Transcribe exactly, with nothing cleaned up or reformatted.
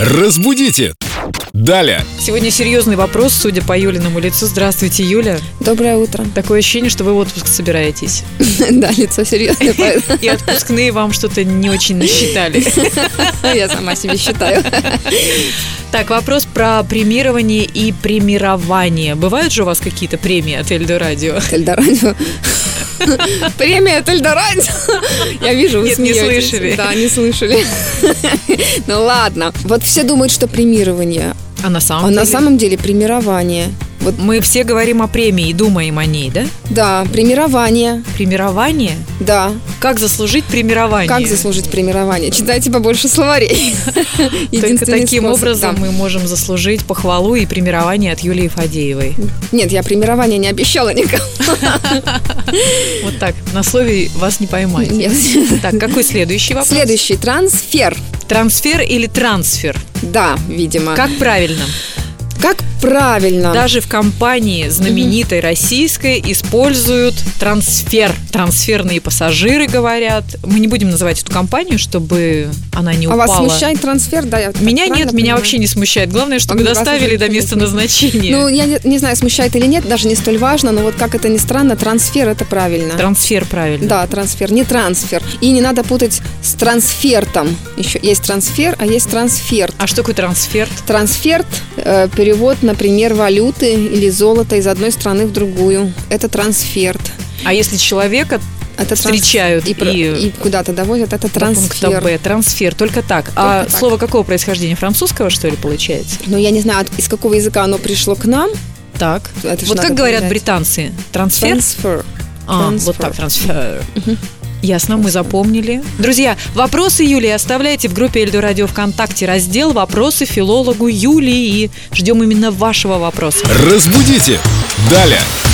Разбудите! Далее! Сегодня серьезный вопрос, судя по Юлиному лицу. Здравствуйте, Юля. Доброе утро. Такое ощущение, что вы в отпуск собираетесь. Да, лицо серьезное. И отпускные вам что-то не очень насчитали. Я сама себе считаю. Так, вопрос про премирование и премирование. Бывают же у вас какие-то премии от Эльдорадио? Эльдорадио. Премия от Эльдорадио. Я вижу, вы Нет, не смеетесь. слышали. Да, не слышали. Ну ладно. Вот все думают, что премирование. А на самом А деле? на самом деле премирование. Вот, Мы все говорим о премии и думаем о ней, да? да, премирование. Премирование? Да. Как заслужить премирование? Как заслужить премирование? Читайте побольше словарей. Только Единственный таким способ, образом да. мы можем заслужить похвалу и премирование от Юлии Фадеевой. Нет, я премирование не обещала никому. Вот так, на слове вас не поймать. Нет. Так, какой следующий вопрос? Следующий. Трансфер. Трансфер или трансфер? Да, видимо. Как правильно? Как правильно? Даже в компании знаменитой российской используют трансфер. Трансферные пассажиры говорят. Мы не будем называть эту компанию, чтобы она не А упала. вас смущает трансфер? Да, я так Меня правильно нет, меня понимаю? вообще не смущает. Главное, чтобы А вас доставили уже до не места смущает. назначения. Ну, я не, не знаю, смущает или нет, даже не столь важно, но вот как это ни странно, трансфер – это правильно. Трансфер правильно. Да, трансфер, не трансфер. И не надо путать с трансфертом. Еще есть трансфер, а есть трансферт. А что такое трансфер? Трансферт э, – перевод, например, валюты или золота из одной страны в другую. Это трансферт. А если человека Это встречают транс... и, и, и куда-то довозят, это до пункта трансфер. Б? Трансфер, только так. а так. слово какого происхождения? Французского, что ли, получается? Но я не знаю, от- из какого языка оно пришло к нам. Так. Это ж Вот надо как говорят проверять. британцы? Трансфер? Трансфер. А, Трансфер. вот так, трансфер. Ясно, мы запомнили. Друзья, вопросы Юлии оставляйте в группе Эльдорадио ВКонтакте. Раздел «Вопросы филологу Юлии». Ждем именно вашего вопроса. Разбудите! Далее!